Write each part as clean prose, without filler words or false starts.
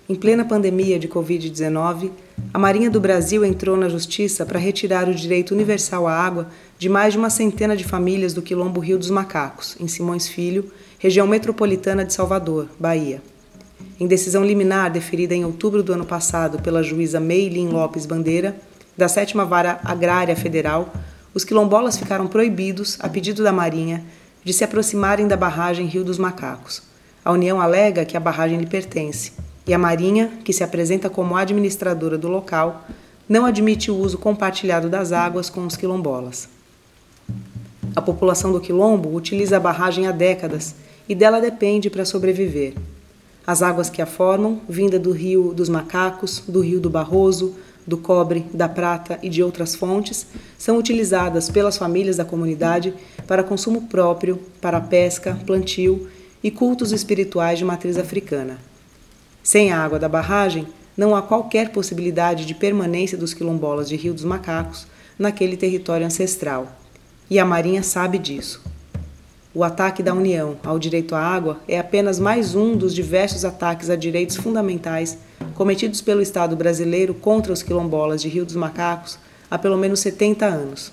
Em plena pandemia de Covid-19, a Marinha do Brasil entrou na Justiça para retirar o direito universal à água de mais de uma centena de famílias do quilombo Rio dos Macacos, em Simões Filho, região metropolitana de Salvador, Bahia. Em decisão liminar deferida em outubro do ano passado pela juíza Meilin Lopes Bandeira, da 7ª Vara Agrária Federal, os quilombolas ficaram proibidos, a pedido da Marinha, de se aproximarem da barragem Rio dos Macacos. A União alega que a barragem lhe pertence, e a Marinha, que se apresenta como administradora do local, não admite o uso compartilhado das águas com os quilombolas. A população do quilombo utiliza a barragem há décadas e dela depende para sobreviver. As águas que a formam, vinda do Rio dos Macacos, do Rio do Barroso, do Cobre, da Prata e de outras fontes, são utilizadas pelas famílias da comunidade para consumo próprio, para pesca, plantio e cultos espirituais de matriz africana. Sem a água da barragem, não há qualquer possibilidade de permanência dos quilombolas de Rio dos Macacos naquele território ancestral. E a Marinha sabe disso. O ataque da União ao direito à água é apenas mais um dos diversos ataques a direitos fundamentais cometidos pelo Estado brasileiro contra os quilombolas de Rio dos Macacos há pelo menos 70 anos.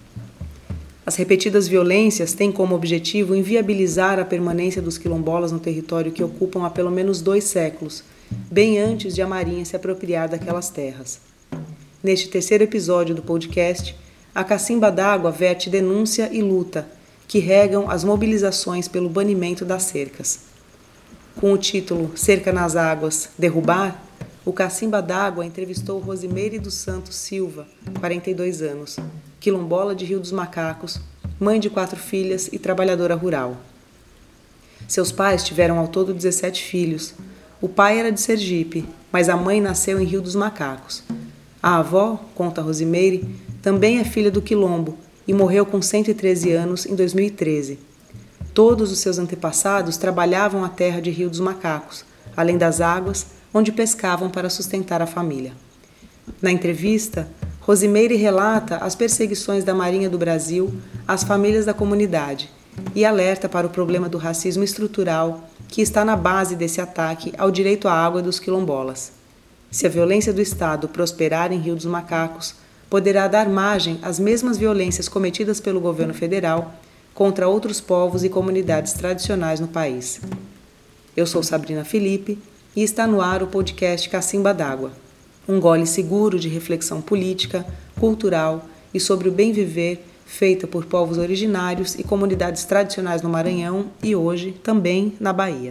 As repetidas violências têm como objetivo inviabilizar a permanência dos quilombolas no território que ocupam há pelo menos 2 séculos, bem antes de a Marinha se apropriar daquelas terras. Neste terceiro episódio do podcast, a Cacimba d'Água verte denúncia e luta, que regam as mobilizações pelo banimento das cercas. Com o título Cerca nas Águas, Derrubar, o Cacimba d'Água entrevistou Rosimeire dos Santos Silva, 42 anos, quilombola de Rio dos Macacos, mãe de 4 filhas e trabalhadora rural. Seus pais tiveram ao todo 17 filhos. O pai era de Sergipe, mas a mãe nasceu em Rio dos Macacos. A avó, conta Rosimeire, também é filha do quilombo e morreu com 113 anos em 2013. Todos os seus antepassados trabalhavam a terra de Rio dos Macacos, além das águas, onde pescavam para sustentar a família. Na entrevista, Rosimeire relata as perseguições da Marinha do Brasil às famílias da comunidade e alerta para o problema do racismo estrutural que está na base desse ataque ao direito à água dos quilombolas. Se a violência do Estado prosperar em Rio dos Macacos, poderá dar margem às mesmas violências cometidas pelo governo federal contra outros povos e comunidades tradicionais no país. Eu sou Sabrina Felipe e está no ar o podcast Cacimba d'Água, um gole seguro de reflexão política, cultural e sobre o bem viver feita por povos originários e comunidades tradicionais no Maranhão e hoje também na Bahia.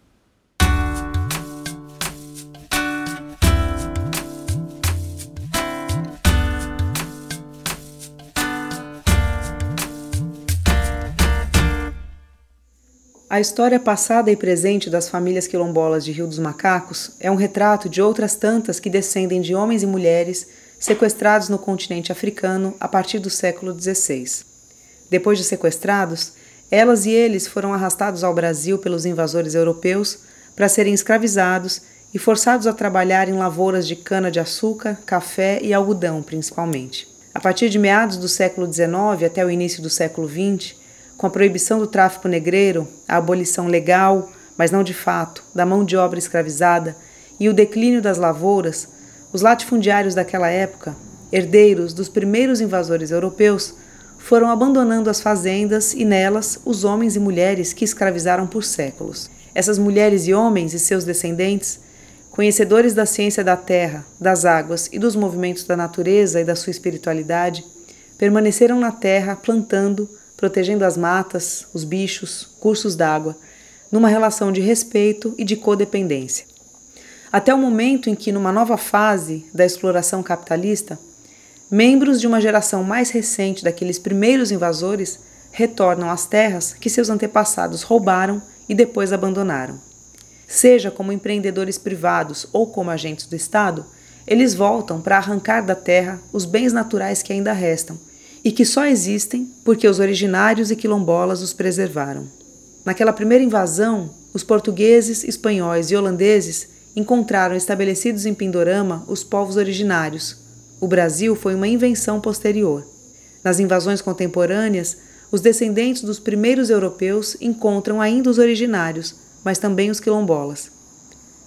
A história passada e presente das famílias quilombolas de Rio dos Macacos é um retrato de outras tantas que descendem de homens e mulheres sequestrados no continente africano a partir do século XVI. Depois de sequestrados, elas e eles foram arrastados ao Brasil pelos invasores europeus para serem escravizados e forçados a trabalhar em lavouras de cana-de-açúcar, café e algodão, principalmente. A partir de meados do século XIX até o início do século XX, com a proibição do tráfico negreiro, a abolição legal, mas não de fato, da mão de obra escravizada e o declínio das lavouras, os latifundiários daquela época, herdeiros dos primeiros invasores europeus, foram abandonando as fazendas e nelas os homens e mulheres que escravizaram por séculos. Essas mulheres e homens e seus descendentes, conhecedores da ciência da terra, das águas e dos movimentos da natureza e da sua espiritualidade, permaneceram na terra plantando, protegendo as matas, os bichos, cursos d'água, numa relação de respeito e de codependência. Até o momento em que, numa nova fase da exploração capitalista, membros de uma geração mais recente daqueles primeiros invasores retornam às terras que seus antepassados roubaram e depois abandonaram. Seja como empreendedores privados ou como agentes do Estado, eles voltam para arrancar da terra os bens naturais que ainda restam, e que só existem porque os originários e quilombolas os preservaram. Naquela primeira invasão, os portugueses, espanhóis e holandeses encontraram estabelecidos em Pindorama os povos originários. O Brasil foi uma invenção posterior. Nas invasões contemporâneas, os descendentes dos primeiros europeus encontram ainda os originários, mas também os quilombolas.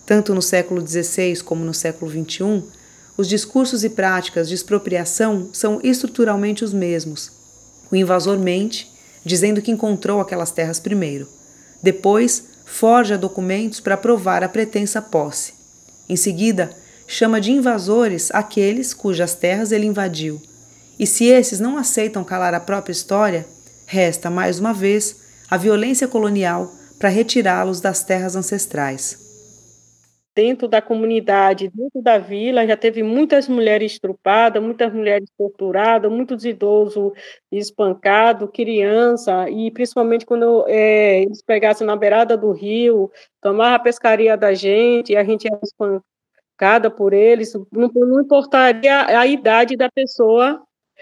Tanto no século XVI como no século XXI, os discursos e práticas de expropriação são estruturalmente os mesmos. O invasor mente, dizendo que encontrou aquelas terras primeiro. Depois, forja documentos para provar a pretensa posse. Em seguida, chama de invasores aqueles cujas terras ele invadiu. E se esses não aceitam calar a própria história, resta, mais uma vez, a violência colonial para retirá-los das terras ancestrais. Dentro da comunidade, dentro da vila, já teve muitas mulheres estrupadas, muitas mulheres torturadas, muitos idosos espancados, criança, e principalmente quando eles pegassem na beirada do rio, tomavam a pescaria da gente, e a gente era espancada por eles, não importaria a idade da pessoa,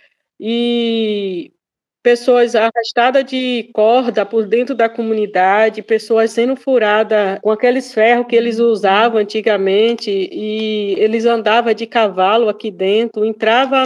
e pessoas arrastadas de corda por dentro da comunidade, pessoas sendo furadas com aqueles ferros que eles usavam antigamente, e eles andavam de cavalo aqui dentro, entrava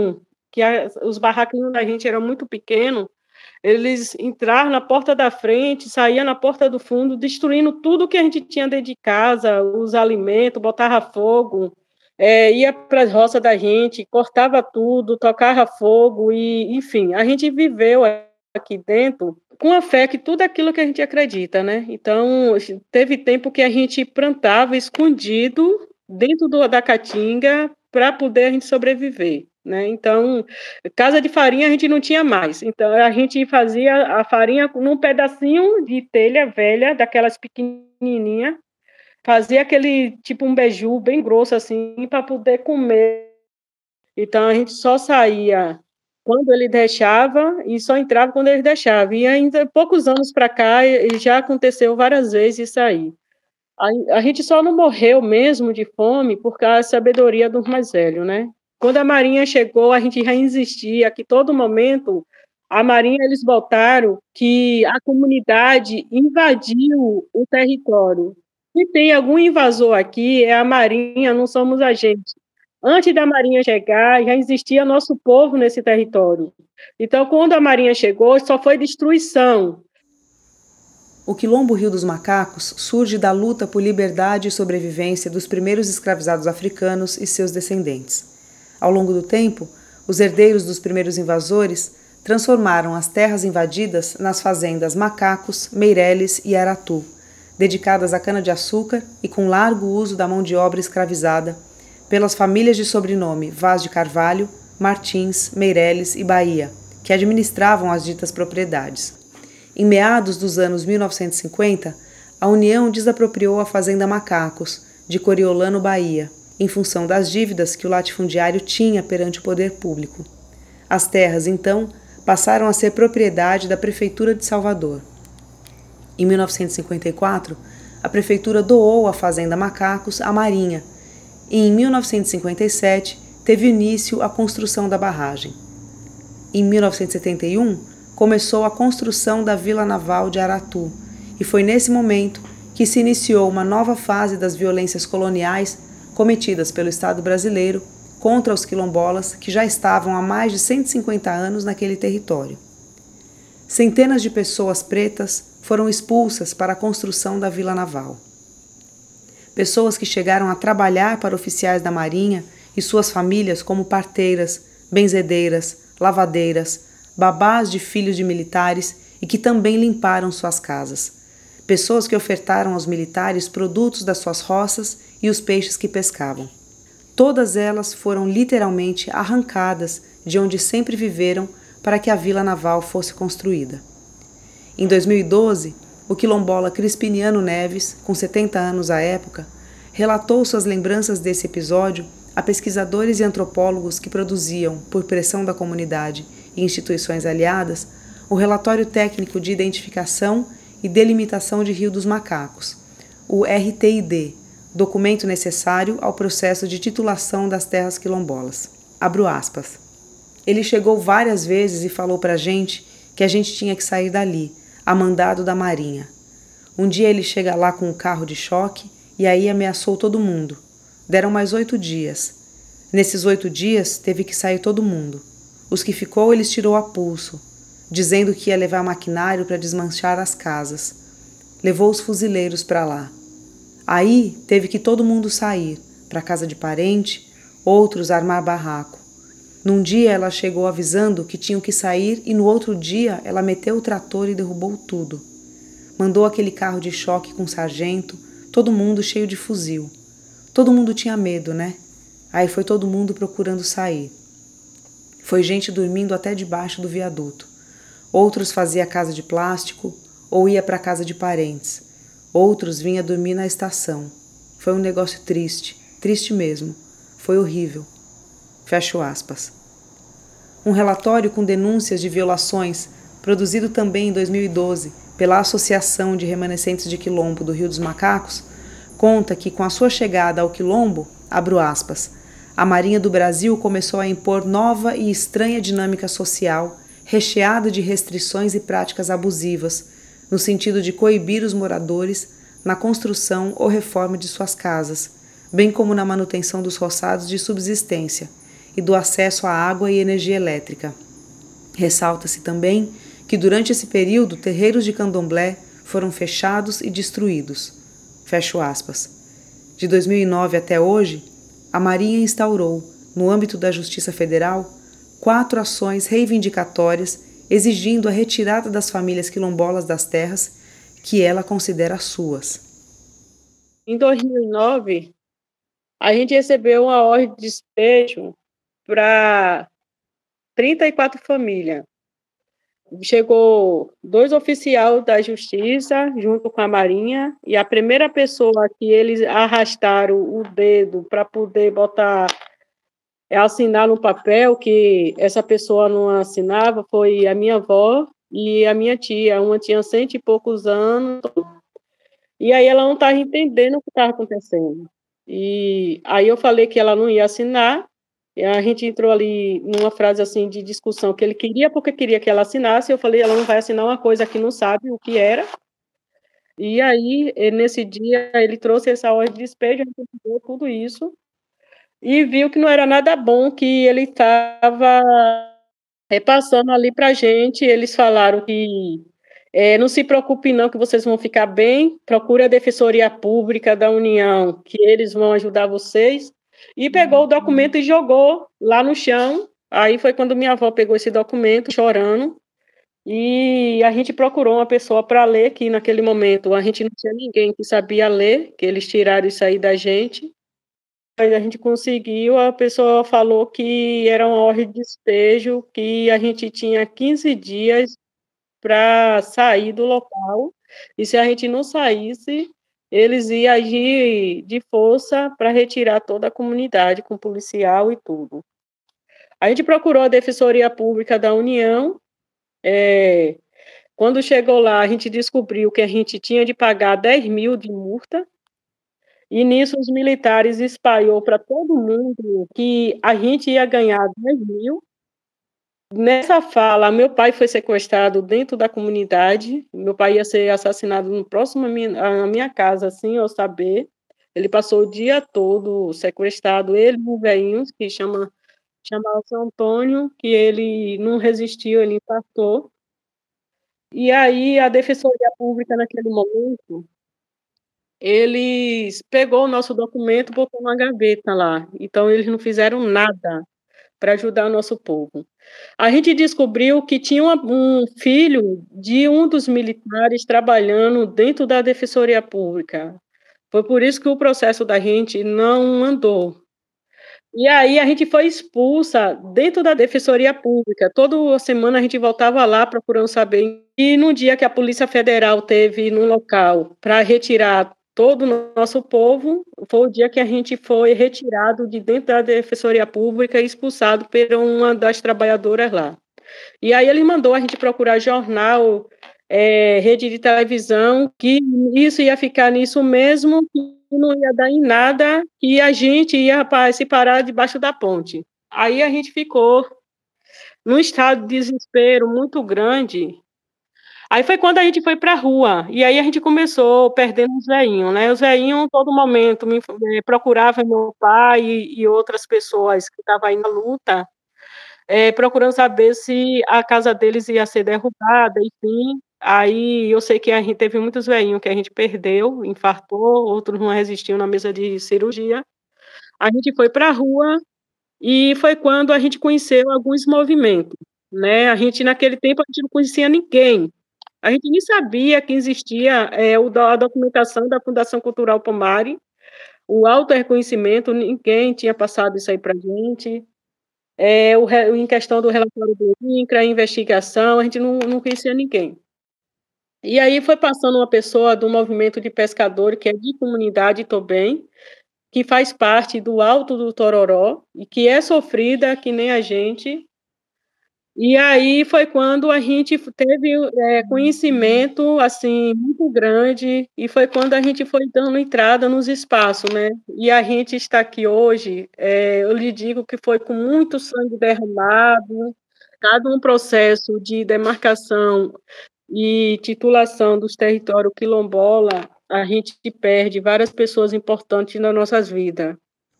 os barraquinhos da gente eram muito pequenos, eles entraram na porta da frente, saíam na porta do fundo, destruindo tudo que a gente tinha dentro de casa, os alimentos, botava fogo, ia para as roças da gente, cortava tudo, tocava fogo, e, enfim, a gente viveu aqui dentro com a fé que tudo aquilo que a gente acredita, né? Então, teve tempo que a gente plantava escondido dentro da caatinga para poder a gente sobreviver, né? Então, casa de farinha a gente não tinha mais, então a gente fazia a farinha num pedacinho de telha velha, daquelas pequenininha, fazia aquele tipo um beiju bem grosso assim para poder comer. Então a gente só saía quando ele deixava e só entrava quando ele deixava. E ainda poucos anos para cá e já aconteceu várias vezes isso aí. A gente só não morreu mesmo de fome por causa da sabedoria dos mais velhos, né? Quando a Marinha chegou, a gente já insistia que todo momento a Marinha eles botaram que a comunidade invadiu o território. Se tem algum invasor aqui, é a Marinha, não somos a gente. Antes da Marinha chegar, já existia nosso povo nesse território. Então, quando a Marinha chegou, só foi destruição. O Quilombo Rio dos Macacos surge da luta por liberdade e sobrevivência dos primeiros escravizados africanos e seus descendentes. Ao longo do tempo, os herdeiros dos primeiros invasores transformaram as terras invadidas nas fazendas Macacos, Meireles e Aratu, dedicadas à cana-de-açúcar e com largo uso da mão de obra escravizada, pelas famílias de sobrenome Vaz de Carvalho, Martins, Meireles e Bahia, que administravam as ditas propriedades. Em meados dos anos 1950, a União desapropriou a Fazenda Macacos, de Coriolano, Bahia, em função das dívidas que o latifundiário tinha perante o poder público. As terras, então, passaram a ser propriedade da Prefeitura de Salvador. Em 1954, a Prefeitura doou a Fazenda Macacos à Marinha, e em 1957 teve início a construção da barragem. Em 1971, começou a construção da Vila Naval de Aratu, e foi nesse momento que se iniciou uma nova fase das violências coloniais cometidas pelo Estado brasileiro contra os quilombolas que já estavam há mais de 150 anos naquele território. Centenas de pessoas pretas foram expulsas para a construção da Vila Naval. Pessoas que chegaram a trabalhar para oficiais da Marinha e suas famílias como parteiras, benzedeiras, lavadeiras, babás de filhos de militares e que também limparam suas casas. Pessoas que ofertaram aos militares produtos das suas roças e os peixes que pescavam. Todas elas foram literalmente arrancadas de onde sempre viveram para que a Vila Naval fosse construída. Em 2012, o quilombola Crispiniano Neves, com 70 anos à época, relatou suas lembranças desse episódio a pesquisadores e antropólogos que produziam, por pressão da comunidade e instituições aliadas, o Relatório Técnico de Identificação e Delimitação de Rio dos Macacos, o RTID, documento necessário ao processo de titulação das terras quilombolas. Abro aspas. Ele chegou várias vezes e falou pra gente que a gente tinha que sair dali, a mandado da Marinha. Um dia ele chega lá com um carro de choque e aí ameaçou todo mundo. Deram mais 8 dias. Nesses 8 dias teve que sair todo mundo. Os que ficou eles tirou a pulso, dizendo que ia levar maquinário para desmanchar as casas. Levou os fuzileiros para lá. Aí teve que todo mundo sair, para casa de parente, outros armar barraco. Num dia ela chegou avisando que tinham que sair e no outro dia ela meteu o trator e derrubou tudo. Mandou aquele carro de choque com sargento, todo mundo cheio de fuzil. Todo mundo tinha medo, né? Aí foi todo mundo procurando sair. Foi gente dormindo até debaixo do viaduto. Outros fazia casa de plástico ou ia para casa de parentes. Outros vinha dormir na estação. Foi um negócio triste, triste mesmo. Foi horrível. Fecho aspas. Um relatório com denúncias de violações, produzido também em 2012 pela Associação de Remanescentes de Quilombo do Rio dos Macacos, conta que com a sua chegada ao Quilombo, abro aspas, a Marinha do Brasil começou a impor nova e estranha dinâmica social, recheada de restrições e práticas abusivas, no sentido de coibir os moradores na construção ou reforma de suas casas, bem como na manutenção dos roçados de subsistência e do acesso à água e energia elétrica. Ressalta-se também que durante esse período terreiros de candomblé foram fechados e destruídos. Fecho aspas. De 2009 até hoje, a Marinha instaurou, no âmbito da Justiça Federal, 4 ações reivindicatórias exigindo a retirada das famílias quilombolas das terras que ela considera suas. Em 2009, a gente recebeu uma ordem de despejo para 34 famílias. Chegou 2 oficiais da justiça junto com a Marinha e a primeira pessoa que eles arrastaram o dedo para poder botar, assinar no papel, que essa pessoa não assinava, foi a minha avó e a minha tia. Uma tinha 100 e poucos anos, e aí ela não estava entendendo o que estava acontecendo. E aí eu falei que ela não ia assinar, e a gente entrou ali numa frase, assim, de discussão, que ele queria porque queria que ela assinasse, eu falei: "Ela não vai assinar uma coisa que não sabe o que era". E aí, nesse dia, ele trouxe essa ordem de despejo, a gente entendeu tudo isso, e viu que não era nada bom que ele estava repassando ali pra gente. Eles falaram que, "Não se preocupe não que vocês vão ficar bem, procure a Defensoria Pública da União, que eles vão ajudar vocês", e pegou o documento e jogou lá no chão. Aí foi quando minha avó pegou esse documento chorando, e a gente procurou uma pessoa para ler, que naquele momento a gente não tinha ninguém que sabia ler, que eles tiraram isso aí da gente. Aí a gente conseguiu, a pessoa falou que era uma ordem de despejo, que a gente tinha 15 dias para sair do local, e se a gente não saísse, eles iam agir de força para retirar toda a comunidade, com policial e tudo. A gente procurou a Defensoria Pública da União, quando chegou lá, a gente descobriu que a gente tinha de pagar 10.000 de multa. E nisso os militares espalhou para todo mundo que a gente ia ganhar 10.000. Nessa fala, meu pai foi sequestrado dentro da comunidade, meu pai ia ser assassinado no próximo à minha casa, assim eu saber. Ele passou o dia todo sequestrado, ele e um velhinho que chamava-se Antônio, que ele não resistiu, ele infartou. E aí a Defensoria Pública naquele momento, eles pegou o nosso documento, botou numa gaveta lá, então eles não fizeram nada para ajudar o nosso povo. A gente descobriu que tinha um filho de um dos militares trabalhando dentro da Defensoria Pública. Foi por isso que o processo da gente não andou. E aí a gente foi expulsa dentro da Defensoria Pública. Toda semana a gente voltava lá procurando saber. E no dia que a Polícia Federal teve no local para retirar todo o nosso povo, foi o dia que a gente foi retirado de dentro da Defensoria Pública e expulsado por uma das trabalhadoras lá. E aí ele mandou a gente procurar jornal, rede de televisão, que isso ia ficar nisso mesmo, que não ia dar em nada, e a gente ia se parar debaixo da ponte. Aí a gente ficou num estado de desespero muito grande. Aí foi quando a gente foi para a rua, e aí a gente começou perdendo os velhinhos, né, os velhinhos todo momento procuravam meu pai e outras pessoas que estavam aí na luta, procurando saber se a casa deles ia ser derrubada, enfim. Aí eu sei que a gente teve muitos velhinhos que a gente perdeu, infartou, outros não resistiam na mesa de cirurgia. A gente foi para a rua e foi quando a gente conheceu alguns movimentos, né, a gente naquele tempo a gente não conhecia ninguém, a gente nem sabia que existia, o da a documentação da Fundação Cultural Palmari, o autorreconhecimento, ninguém tinha passado isso aí pra gente, o re em questão do relatório do INCRA, a investigação, a gente não conhecia ninguém. E aí foi passando uma pessoa do movimento de pescadores, que é de comunidade também, que faz parte do Alto do Tororó, e que é sofrida que nem a gente. E aí foi quando a gente teve, conhecimento, assim, muito grande, e foi quando a gente foi dando entrada nos espaços, né. E a gente está aqui hoje, eu lhe digo que foi com muito sangue derramado, cada um processo de demarcação e titulação dos territórios quilombola, a gente perde várias pessoas importantes nas nossas vidas.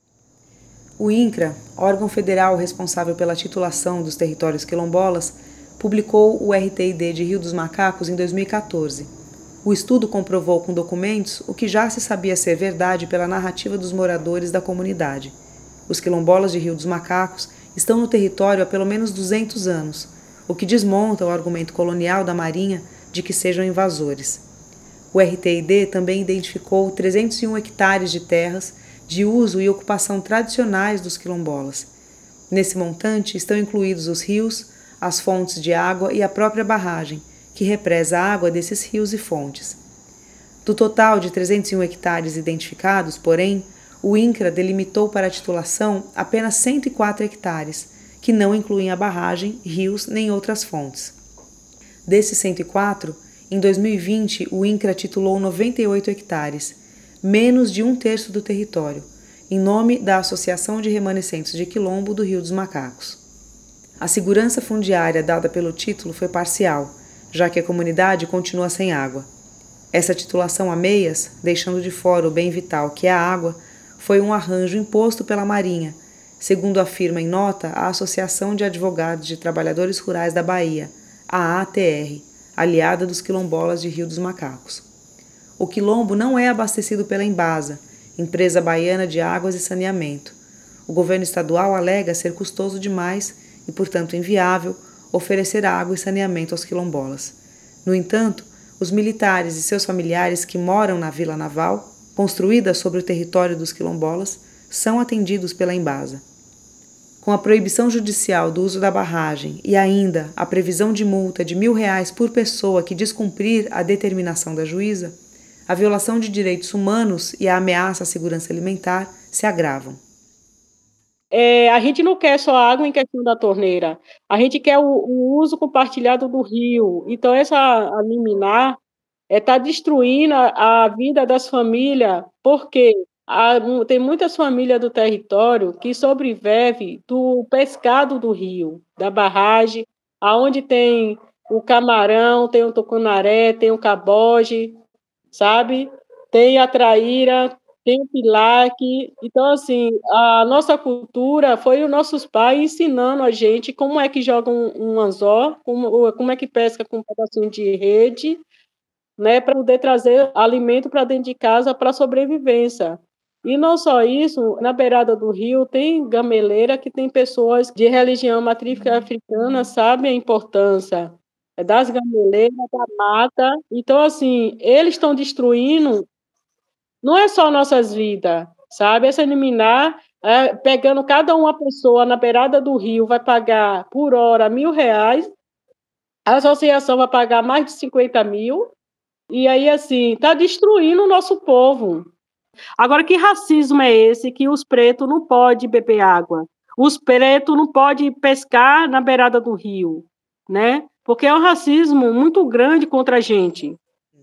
O INCRA, órgão federal responsável pela titulação dos territórios quilombolas, publicou o RTID de Rio dos Macacos em 2014. O estudo comprovou com documentos o que já se sabia ser verdade pela narrativa dos moradores da comunidade. Os quilombolas de Rio dos Macacos estão no território há pelo menos 200 anos, o que desmonta o argumento colonial da Marinha de que sejam invasores. O RTID também identificou 301 hectares de terras de uso e ocupação tradicionais dos quilombolas. Nesse montante estão incluídos os rios, as fontes de água e a própria barragem, que represa a água desses rios e fontes. Do total de 301 hectares identificados, porém, o INCRA delimitou para a titulação apenas 104 hectares, que não incluem a barragem, rios nem outras fontes. Desses 104, em 2020 o INCRA titulou 98 hectares, menos de 1/3 do território, em nome da Associação de Remanescentes de Quilombo do Rio dos Macacos. A segurança fundiária dada pelo título foi parcial, já que a comunidade continua sem água. Essa titulação a meias, deixando de fora o bem vital que é a água, foi um arranjo imposto pela Marinha, segundo afirma em nota a Associação de Advogados de Trabalhadores Rurais da Bahia, a ATR, aliada dos quilombolas de Rio dos Macacos. O quilombo não é abastecido pela Embasa, empresa baiana de águas e saneamento. O governo estadual alega ser custoso demais e, portanto, inviável oferecer água e saneamento aos quilombolas. No entanto, os militares e seus familiares que moram na Vila Naval, construída sobre o território dos quilombolas, são atendidos pela Embasa. Com a proibição judicial do uso da barragem e ainda a previsão de multa de R$ 1.000 por pessoa que descumprir a determinação da juíza, a violação de direitos humanos e a ameaça à segurança alimentar se agravam. A gente não quer só água em questão da torneira, a gente quer o uso compartilhado do rio. Então a liminar está destruindo a vida das famílias, porque tem muitas famílias do território que sobrevivem do pescado do rio, da barragem, aonde tem o camarão, tem o tucunaré, tem o caboge, sabe, tem a traíra, tem o pilaque. Então, assim, a nossa cultura foi os nossos pais ensinando a gente como é que joga um anzol, como é que pesca com um pedacinho de rede, né, para poder trazer alimento para dentro de casa para sobrevivência. E não só isso, na beirada do rio tem gameleira que tem pessoas de religião matriz africana, sabem a importância das gameleiras, da mata. Então, assim, eles estão destruindo não é só nossas vidas, sabe, essa liminar, pegando cada uma pessoa na beirada do rio vai pagar por hora R$ 1.000, a associação vai pagar mais de 50.000, e aí, assim, está destruindo o nosso povo. Agora, que racismo é esse que os pretos não podem beber água? Os pretos não podem pescar na beirada do rio, né? Porque é um racismo muito grande contra a gente.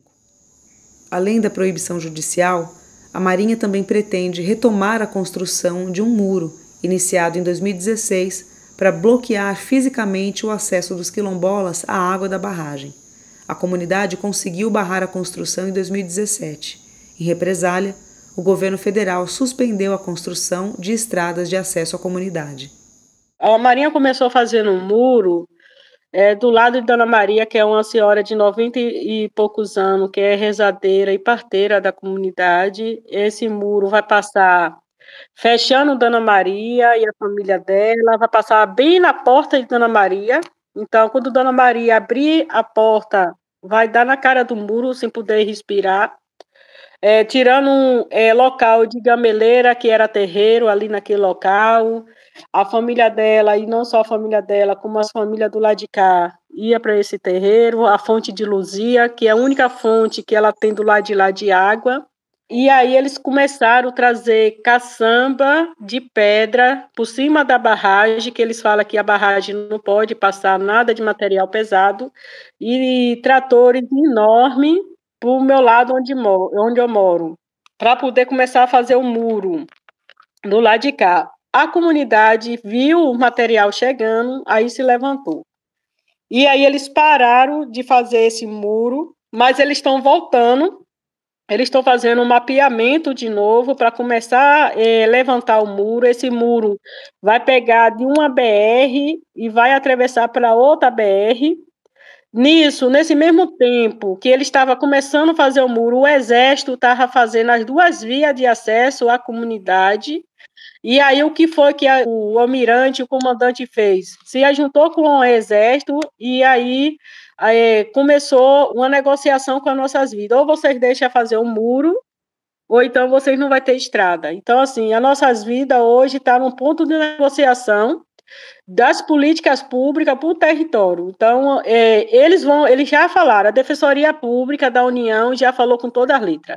Além da proibição judicial, a Marinha também pretende retomar a construção de um muro, iniciado em 2016, para bloquear fisicamente o acesso dos quilombolas à água da barragem. A comunidade conseguiu barrar a construção em 2017. Em represália, o governo federal suspendeu a construção de estradas de acesso à comunidade. A Marinha começou fazendo um muro do lado de Dona Maria, que é uma senhora de 90 e poucos anos, que é rezadeira e parteira da comunidade. Esse muro vai passar fechando Dona Maria e a família dela, vai passar bem na porta de Dona Maria. Então, quando Dona Maria abrir a porta, vai dar na cara do muro sem poder respirar. Tirando local de gameleira, que era terreiro ali naquele local, a família dela, e não só a família dela, como as famílias do lado de cá, ia para esse terreiro, a fonte de Luzia, que é a única fonte que ela tem do lado de lá de água. E aí eles começaram a trazer caçamba de pedra por cima da barragem, que eles falam que a barragem não pode passar nada de material pesado, e tratores enormes para o meu lado onde eu moro, para poder começar a fazer o muro do lado de cá. A comunidade viu o material chegando, aí se levantou. E aí eles pararam de fazer esse muro, mas eles estão voltando, eles estão fazendo um mapeamento de novo para começar a levantar o muro. Esse muro vai pegar de uma BR e vai atravessar para outra BR. Nesse mesmo tempo que ele estava começando a fazer o muro, o Exército estava fazendo as duas vias de acesso à comunidade. E aí, o que foi que o almirante, o comandante fez? Se ajuntou com o Exército e aí começou uma negociação com as nossas vidas. Ou vocês deixam fazer o muro, ou então vocês não vão ter estrada. Então, assim, as nossas vidas hoje estão num ponto de negociação das políticas públicas para o território. Então, eles já falaram, a Defensoria Pública da União já falou com todas as letras.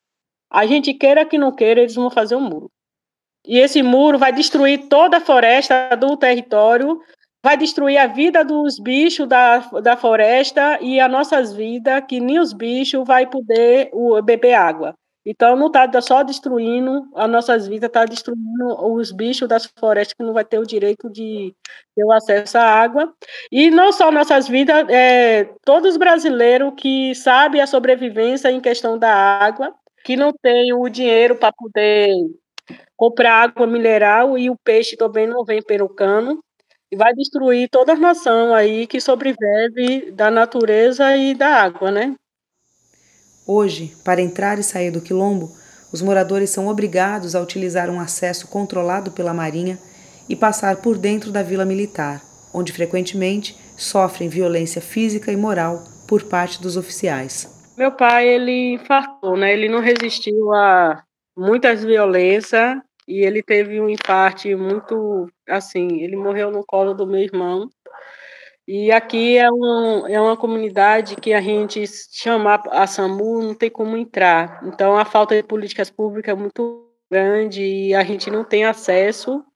A gente queira que não queira, eles vão fazer um muro. E esse muro vai destruir toda a floresta do território, vai destruir a vida dos bichos da floresta e as nossas vidas, que nem os bichos vai poder beber água. Então, não está só destruindo as nossas vidas, está destruindo os bichos das florestas, que não vai ter o direito de ter o acesso à água. E não só nossas vidas, todos os brasileiros que sabem a sobrevivência em questão da água, que não tem o dinheiro para poder comprar água mineral e o peixe também não vem pelo cano, e vai destruir toda a nação aí que sobrevive da natureza e da água, né? Hoje, para entrar e sair do quilombo, os moradores são obrigados a utilizar um acesso controlado pela Marinha e passar por dentro da vila militar, onde frequentemente sofrem violência física e moral por parte dos oficiais. Meu pai, ele infartou, né? Ele não resistiu a muitas violências e ele teve um infarte muito, assim, ele morreu no colo do meu irmão. E aqui é uma comunidade que a gente chamar a SAMU não tem como entrar. Então, a falta de políticas públicas é muito grande e a gente não tem acesso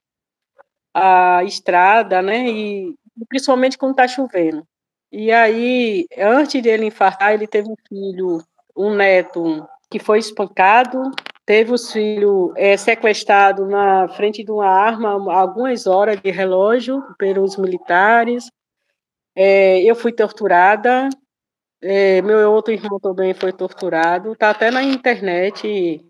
à estrada, né? E principalmente quando está chovendo. E aí, antes dele infartar, ele teve um filho, um neto, que foi espancado, teve os filhos sequestrados na frente de uma arma, algumas horas de relógio, pelos militares. Eu fui torturada, meu outro irmão também foi torturado, está até na internet,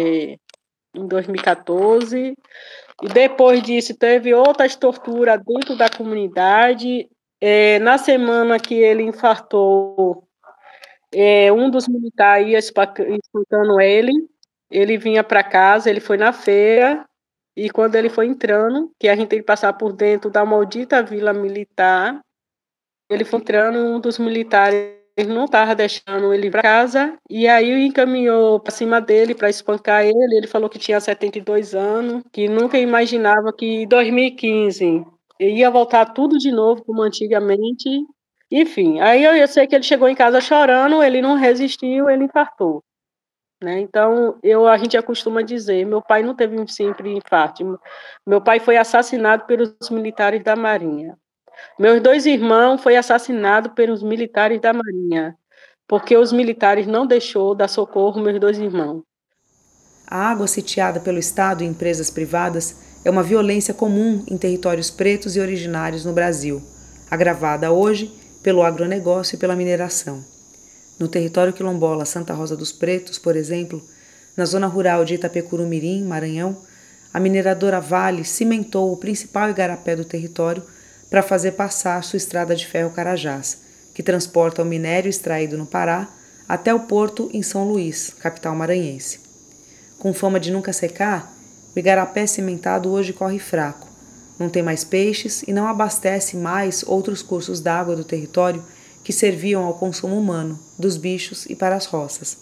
em 2014. E depois disso, teve outras torturas dentro da comunidade. Na semana que ele infartou, um dos militares ia espancando ele vinha para casa, ele foi na feira, e quando ele foi entrando, que a gente tem que passar por dentro da maldita vila militar, ele foi entrando, um dos militares não estava deixando ele ir para casa, e aí encaminhou para cima dele para espancar ele. Ele falou que tinha 72 anos, que nunca imaginava que em 2015 ia voltar tudo de novo como antigamente. Enfim, aí eu sei que ele chegou em casa chorando, ele não resistiu, ele infartou. Né? Então, a gente acostuma dizer, meu pai não teve sempre infarto, meu pai foi assassinado pelos militares da Marinha. Meus dois irmãos foram assassinados pelos militares da Marinha, porque os militares não deixou dar socorro aos meus dois irmãos. A água sitiada pelo Estado e empresas privadas é uma violência comum em territórios pretos e originários no Brasil, agravada hoje pelo agronegócio e pela mineração. No território quilombola Santa Rosa dos Pretos, por exemplo, na zona rural de Itapecurumirim, Maranhão, a mineradora Vale cimentou o principal igarapé do território para fazer passar sua estrada de ferro Carajás, que transporta o minério extraído no Pará até o porto em São Luís, capital maranhense. Com fama de nunca secar, o igarapé cimentado hoje corre fraco, não tem mais peixes e não abastece mais outros cursos d'água do território que serviam ao consumo humano, dos bichos e para as roças.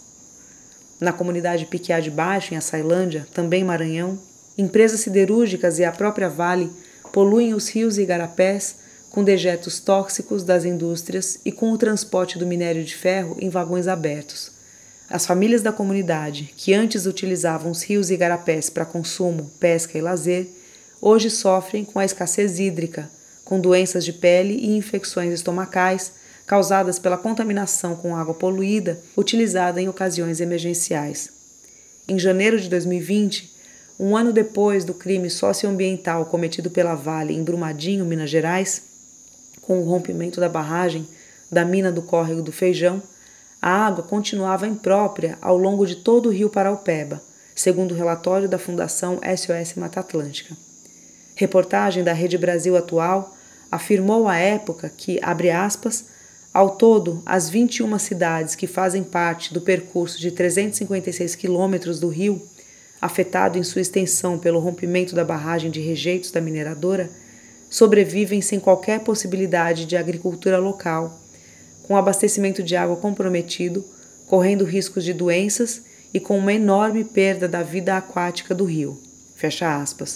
Na comunidade Piquiá de Baixo, em Açailândia, também Maranhão, empresas siderúrgicas e a própria Vale poluem os rios e igarapés com dejetos tóxicos das indústrias e com o transporte do minério de ferro em vagões abertos. As famílias da comunidade, que antes utilizavam os rios e igarapés para consumo, pesca e lazer, hoje sofrem com a escassez hídrica, com doenças de pele e infecções estomacais causadas pela contaminação com água poluída utilizada em ocasiões emergenciais. Em janeiro de 2020, um ano depois do crime socioambiental cometido pela Vale em Brumadinho, Minas Gerais, com o rompimento da barragem da mina do Córrego do Feijão, a água continuava imprópria ao longo de todo o rio Paraupeba, segundo o relatório da Fundação SOS Mata Atlântica. Reportagem da Rede Brasil Atual afirmou à época que, abre aspas, ao todo, as 21 cidades que fazem parte do percurso de 356 quilômetros do rio, afetado em sua extensão pelo rompimento da barragem de rejeitos da mineradora, sobrevivem sem qualquer possibilidade de agricultura local, com abastecimento de água comprometido, correndo riscos de doenças e com uma enorme perda da vida aquática do rio. Fecha aspas.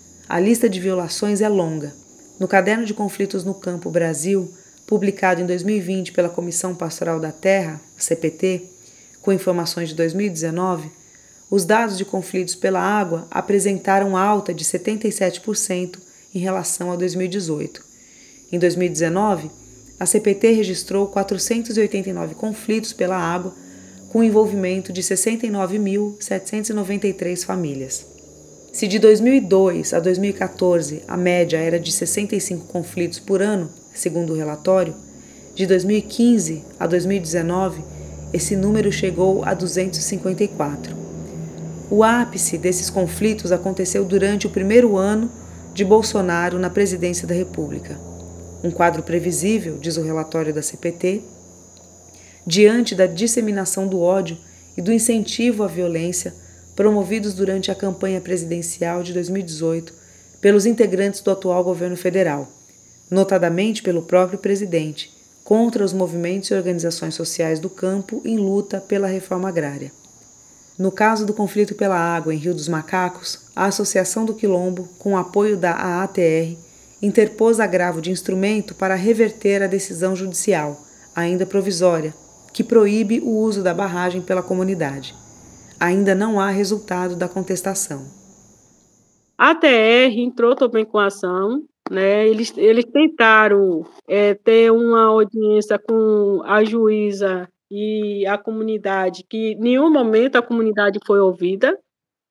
A lista de violações é longa. No Caderno de Conflitos no Campo Brasil, publicado em 2020 pela Comissão Pastoral da Terra, CPT, com informações de 2019, os dados de conflitos pela água apresentaram alta de 77% em relação a 2018. Em 2019, a CPT registrou 489 conflitos pela água, com envolvimento de 69.793 famílias. Se de 2002 a 2014 a média era de 65 conflitos por ano, segundo o relatório, de 2015 a 2019, esse número chegou a 254. O ápice desses conflitos aconteceu durante o primeiro ano de Bolsonaro na presidência da República. Um quadro previsível, diz o relatório da CPT, diante da disseminação do ódio e do incentivo à violência promovidos durante a campanha presidencial de 2018 pelos integrantes do atual governo federal, notadamente pelo próprio presidente, contra os movimentos e organizações sociais do campo em luta pela reforma agrária. No caso do conflito pela água em Rio dos Macacos, a Associação do Quilombo, com o apoio da AATR, interpôs agravo de instrumento para reverter a decisão judicial, ainda provisória, que proíbe o uso da barragem pela comunidade. Ainda não há resultado da contestação. A ATR entrou também com a ação, né? Eles tentaram ter uma audiência com a juíza e a comunidade, que em nenhum momento a comunidade foi ouvida,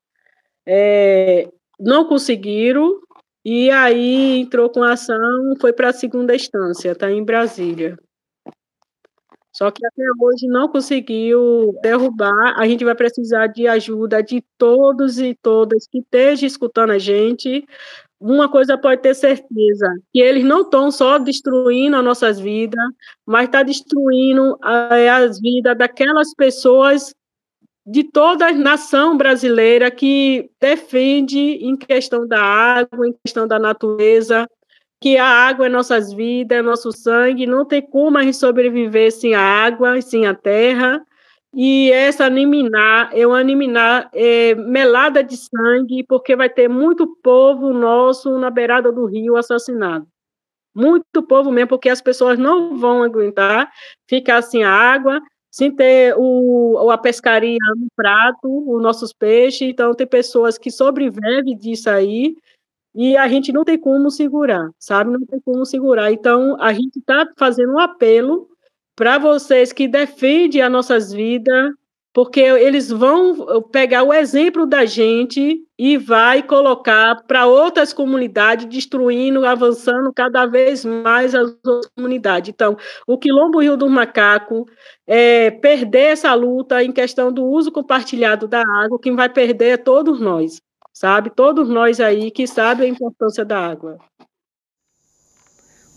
não conseguiram, e aí entrou com a ação, foi para a segunda instância, está em Brasília. Só que até hoje não conseguiu derrubar. A gente vai precisar de ajuda de todos e todas que estejam escutando a gente. Uma coisa pode ter certeza, que eles não estão só destruindo as nossas vidas, mas estão destruindo as vidas daquelas pessoas de toda a nação brasileira que defende em questão da água, em questão da natureza, que a água é nossas vidas, é nosso sangue, não tem como a gente sobreviver sem a água, sem a terra, e essa liminar é uma liminar melada de sangue, porque vai ter muito povo nosso na beirada do rio assassinado. Muito povo mesmo, porque as pessoas não vão aguentar ficar sem a água, sem ter a pescaria no prato, os nossos peixes, então tem pessoas que sobrevivem disso aí, e a gente não tem como segurar, sabe? Não tem como segurar. Então, a gente está fazendo um apelo para vocês que defendem as nossas vidas, porque eles vão pegar o exemplo da gente e vai colocar para outras comunidades, destruindo, avançando cada vez mais as outras comunidades. Então, o Quilombo Rio do Macaco, perder essa luta em questão do uso compartilhado da água, quem vai perder é todos nós. Sabe? Todos nós aí que sabem a importância da água.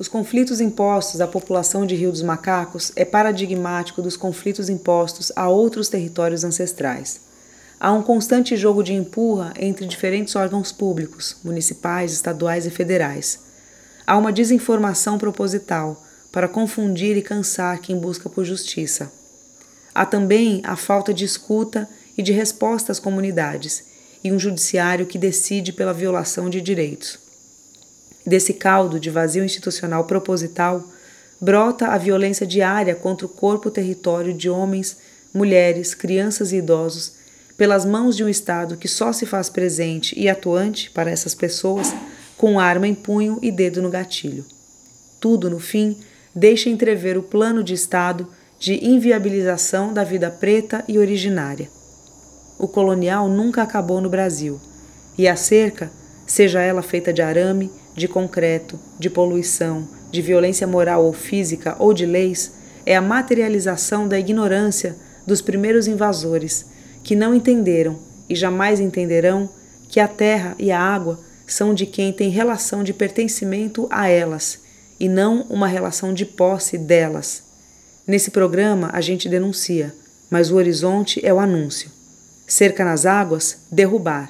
Os conflitos impostos à população de Rio dos Macacos é paradigmático dos conflitos impostos a outros territórios ancestrais. Há um constante jogo de empurra entre diferentes órgãos públicos, municipais, estaduais e federais. Há uma desinformação proposital para confundir e cansar quem busca por justiça. Há também a falta de escuta e de resposta às comunidades e um judiciário que decide pela violação de direitos. Desse caldo de vazio institucional proposital, brota a violência diária contra o corpo e território de homens, mulheres, crianças e idosos, pelas mãos de um Estado que só se faz presente e atuante para essas pessoas com arma em punho e dedo no gatilho. Tudo, no fim, deixa entrever o plano de Estado de inviabilização da vida preta e originária. O colonial nunca acabou no Brasil, e a cerca, seja ela feita de arame, de concreto, de poluição, de violência moral ou física ou de leis, é a materialização da ignorância dos primeiros invasores, que não entenderam e jamais entenderão que a terra e a água são de quem tem relação de pertencimento a elas, e não uma relação de posse delas. Nesse programa a gente denuncia, mas o horizonte é o anúncio. Cerca nas águas, derrubar.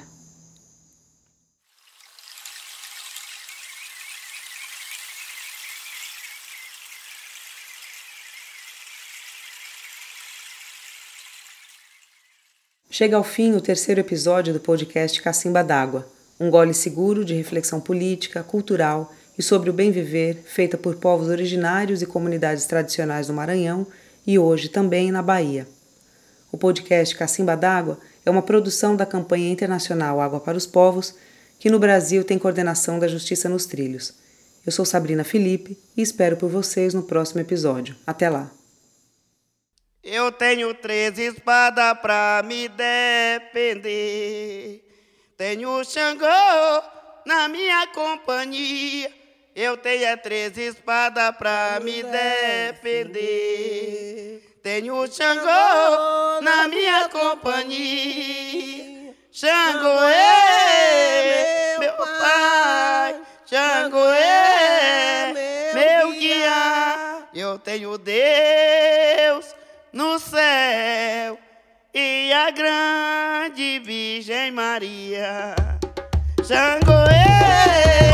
Chega ao fim o terceiro episódio do podcast Cacimba d'Água, um gole seguro de reflexão política, cultural e sobre o bem viver, feita por povos originários e comunidades tradicionais do Maranhão e hoje também na Bahia. O podcast Cacimba d'Água é uma produção da campanha internacional Água para os Povos, que no Brasil tem coordenação da Justiça nos Trilhos. Eu sou Sabrina Felipe e espero por vocês no próximo episódio. Até lá! Eu tenho 13 espadas pra me defender. Tenho Xangô na minha companhia. Eu tenho 13 espadas pra me defender. Tenho Xangô na minha companhia. Xangô é meu pai. Xangô é meu guia. Eu tenho Deus no céu e a grande Virgem Maria. Xangô